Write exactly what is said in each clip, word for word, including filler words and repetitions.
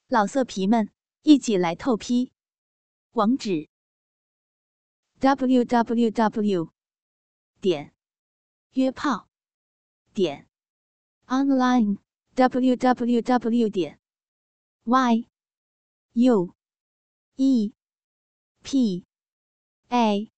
老色皮们，一起来透批！网址 ：double u double u double u 点约炮点 online w w w 点 y u e p a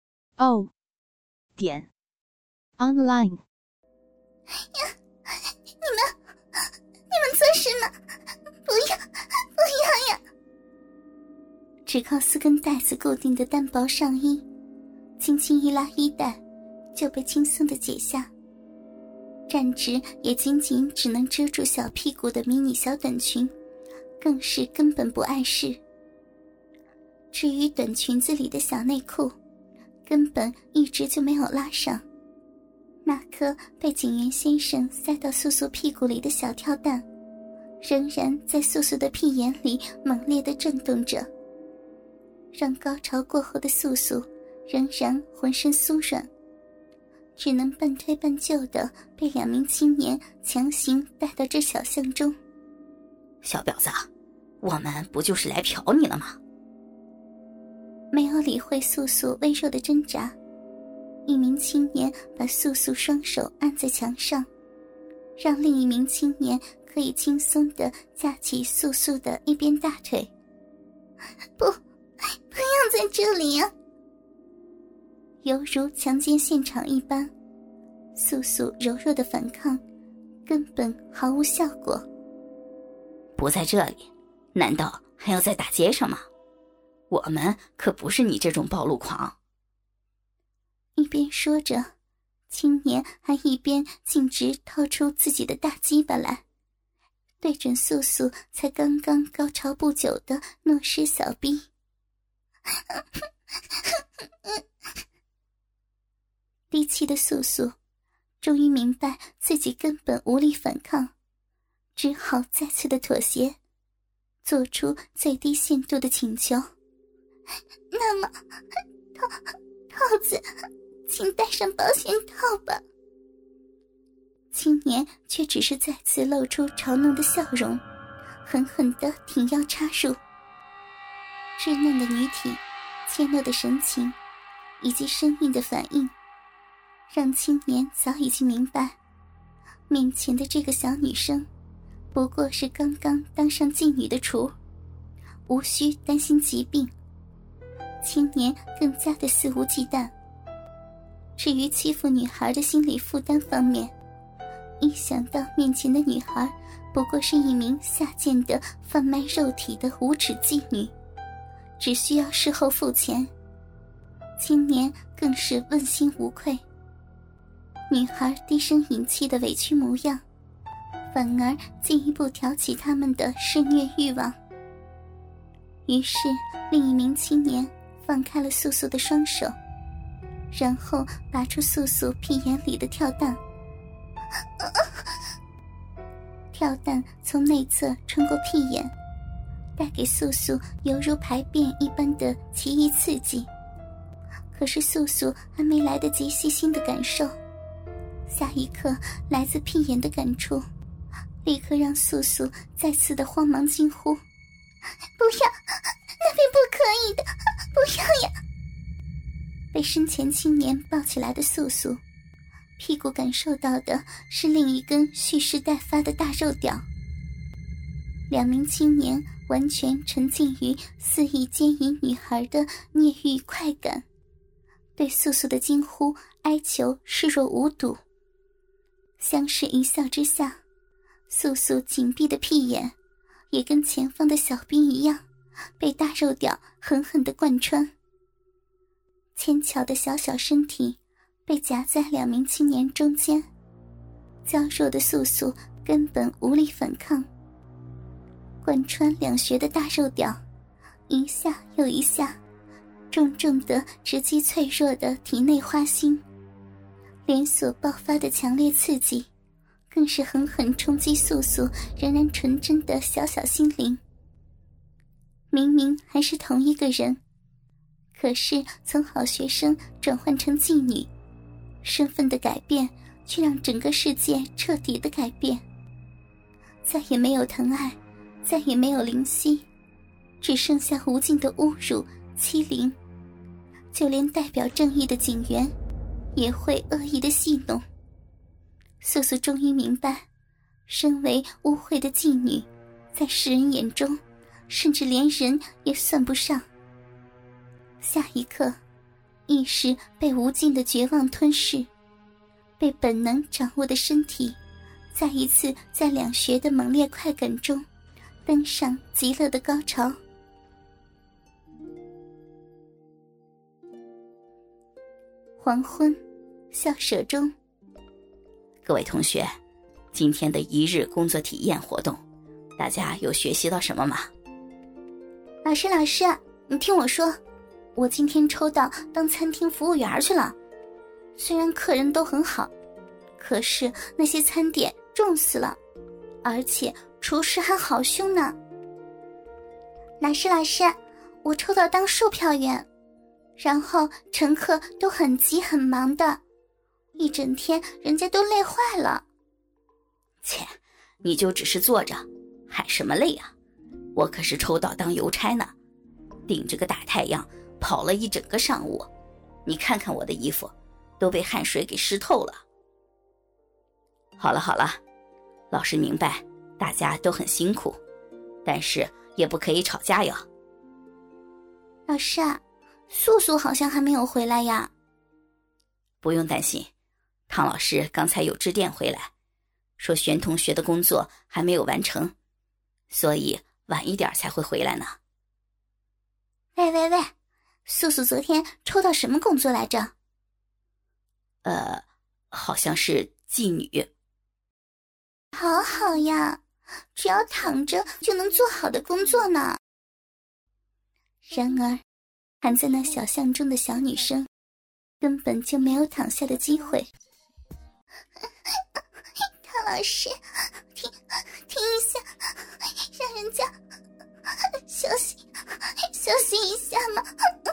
o 点 online。 呀，你们，你们做什么？不要，不要呀！只靠四根带子固定的单薄上衣，轻轻一拉衣带，就被轻松地解下。站直也仅仅只能遮住小屁股的迷你小短裙，更是根本不碍事。至于短裙子里的小内裤，根本一直就没有拉上。那颗被警员先生塞到素素屁股里的小跳蛋，仍然在素素的屁眼里猛烈地震动着，让高潮过后的素素仍然浑身酥软，只能半推半就地被两名青年强行带到这小巷中。 小婊子，我们不就是来嫖你了吗？ 没有理会素素微弱的挣扎，一名青年把素素双手按在墙上，让另一名青年可以轻松地架起素素的一边大腿。不，不要在这里啊！犹如强奸现场一般，素素柔弱的反抗根本毫无效果。 不在这里，难道还要在大街上吗？我们可不是你这种暴露狂。 一边说着，青年还一边径直掏出自己的大鸡巴来，对准素素才刚刚高潮不久的糯湿小逼。低气的素素终于明白自己根本无力反抗，只好再次的妥协，做出最低限度的请求。那么套套子请带上保险套吧。青年却只是再次露出嘲弄的笑容，狠狠地挺腰插入。稚嫩的女体怯懦的神情以及生硬的反应，让青年早已经明白，面前的这个小女生不过是刚刚当上妓女的雏，无需担心疾病。青年更加的肆无忌惮。至于欺负女孩的心理负担方面，一想到面前的女孩不过是一名下贱的贩卖肉体的无耻妓女，只需要事后付钱，青年更是问心无愧。女孩低声隐气的委屈模样，反而进一步挑起他们的施虐欲望。于是另一名青年放开了素素的双手，然后拔出素素屁眼里的跳蛋。跳蛋从内侧穿过屁眼，带给素素犹如排便一般的奇异刺激。可是素素还没来得及细心的感受，下一刻来自屁眼的感触立刻让素素再次的慌忙惊呼：不要，那边不可以的，不要呀！被身前青年抱起来的素素，屁股感受到的是另一根蓄势待发的大肉屌。两名青年完全沉浸于肆意奸淫女孩的孽欲快感，对素素的惊呼哀求视若无睹。相视一笑之下，素素紧闭的屁眼也跟前方的小兵一样，被大肉屌狠狠地贯穿。纤巧的小小身体被夹在两名青年中间，娇弱的素素根本无力反抗。贯穿两穴的大肉屌一下又一下，重重地直击脆弱的体内花心，连锁爆发的强烈刺激更是狠狠冲击素素仍然纯真的小小心灵。明明还是同一个人，可是从好学生转换成妓女，身份的改变却让整个世界彻底的改变。再也没有疼爱， 再也没有灵犀，只剩下无尽的侮辱、欺凌。就连代表正义的警员也会恶意的戏弄。素素终于明白，身为污秽的妓女，在世人眼中甚至连人也算不上。下一刻，意识被无尽的绝望吞噬，被本能掌握的身体再一次在两穴的猛烈快感中登上极乐的高潮。黄昏，校舍中， 各位同学，今天的一日工作体验活动，大家有学习到什么吗？ 老师老师，你听我说，我今天抽到当餐厅服务员去了。虽然客人都很好，可是那些餐点重死了，而且厨师还好凶呢。老师老师，我抽到当售票员，然后乘客都很急很忙的，一整天人家都累坏了。 切，你就只是坐着，喊什么累啊？我可是抽到当邮差呢，顶着个大太阳跑了一整个上午，你看看我的衣服都被汗水给湿透了。好了好了，老师明白大家都很辛苦，但是也不可以吵架哟。 老师啊，素素好像还没有回来呀。 不用担心，汤老师刚才有致电回来，说玄同学的工作还没有完成，所以晚一点才会回来呢。 喂喂喂，素素昨天抽到什么工作来着？ 呃，好像是妓女。 好好呀，只要躺着就能做好的工作呢。然而，还在那小巷中的小女生根本就没有躺下的机会。汤老师，停停一下，让人家休息休息一下嘛。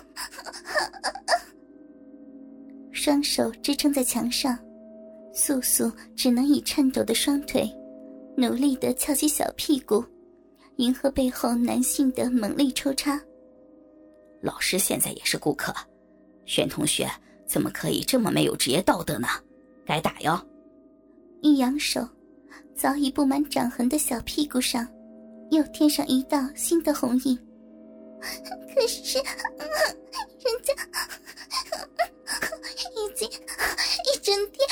双手支撑在墙上，素素只能以颤抖的双腿努力地翘起小屁股，迎合背后男性的猛力抽插。 老师现在也是顾客，玄同学怎么可以这么没有职业道德呢？该打哟。 一扬手，早已布满掌痕的小屁股上又添上一道新的红印。可是人家已经一整天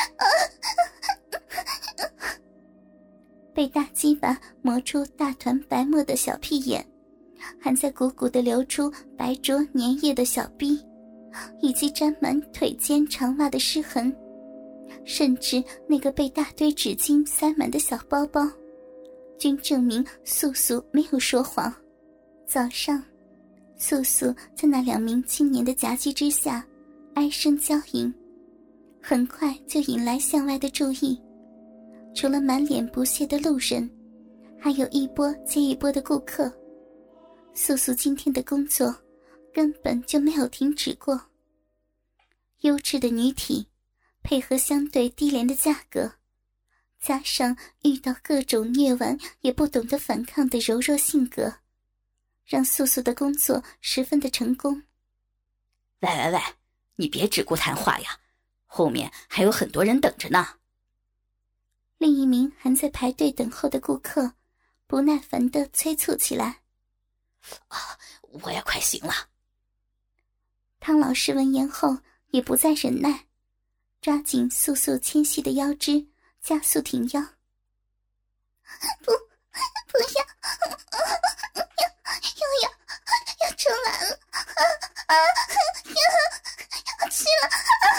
被大鸡巴磨出大团白沫的小屁眼，还在鼓鼓地流出白浊粘液的小逼，以及沾满腿间长袜的湿痕，甚至那个被大堆纸巾塞满的小包包，均证明素素没有说谎。早上，素素在那两名青年的夹击之下哀声交吟，很快就引来巷外的注意。除了满脸不屑的路人，还有一波接一波的顾客。素素今天的工作根本就没有停止过。优质的女体配合相对低廉的价格，加上遇到各种虐玩也不懂得反抗的柔弱性格，让素素的工作十分的成功。 喂喂喂，你别只顾谈话呀，后面还有很多人等着呢。 另一名还在排队等候的顾客不耐烦地催促起来。 啊，我也快醒了。 汤老师闻言后也不再忍耐，抓紧素素纤细的腰肢，加速挺腰。不，不要，又要要出来了，啊啊！要要去了！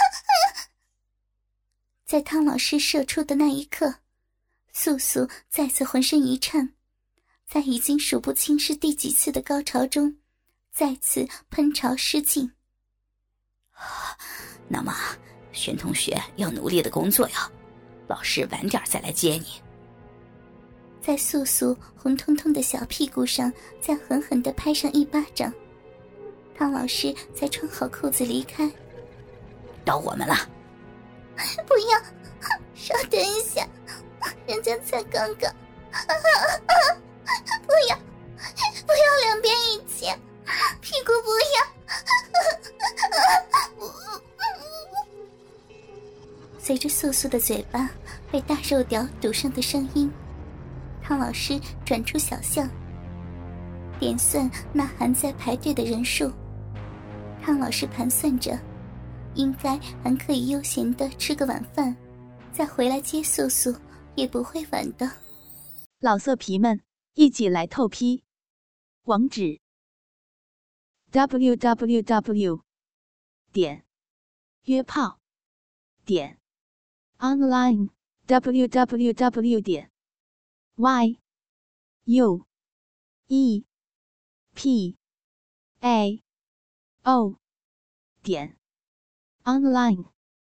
在汤老师射出的那一刻，素素再次浑身一颤，在已经数不清是第几次的高潮中，再次喷潮失禁。 那么玄同学要努力的工作呀，老师晚点再来接你。 在素素红彤彤的小屁股上再狠狠地拍上一巴掌，汤老师才穿好裤子离开。 到我们了。 不要，稍等一下，人家才刚刚。 不要，不要两边一起，屁股不要。随着素素的嘴巴被大肉条堵上的声音，汤老师转出小巷，点算那还在排队的人数。汤老师盘算着，应该还可以悠闲地吃个晚饭，再回来接素素也不会晚的。 老色皮们，一起来透批！网址 ：double u double u double u 点约炮点 online w w w 点 y u e p a o 点 online。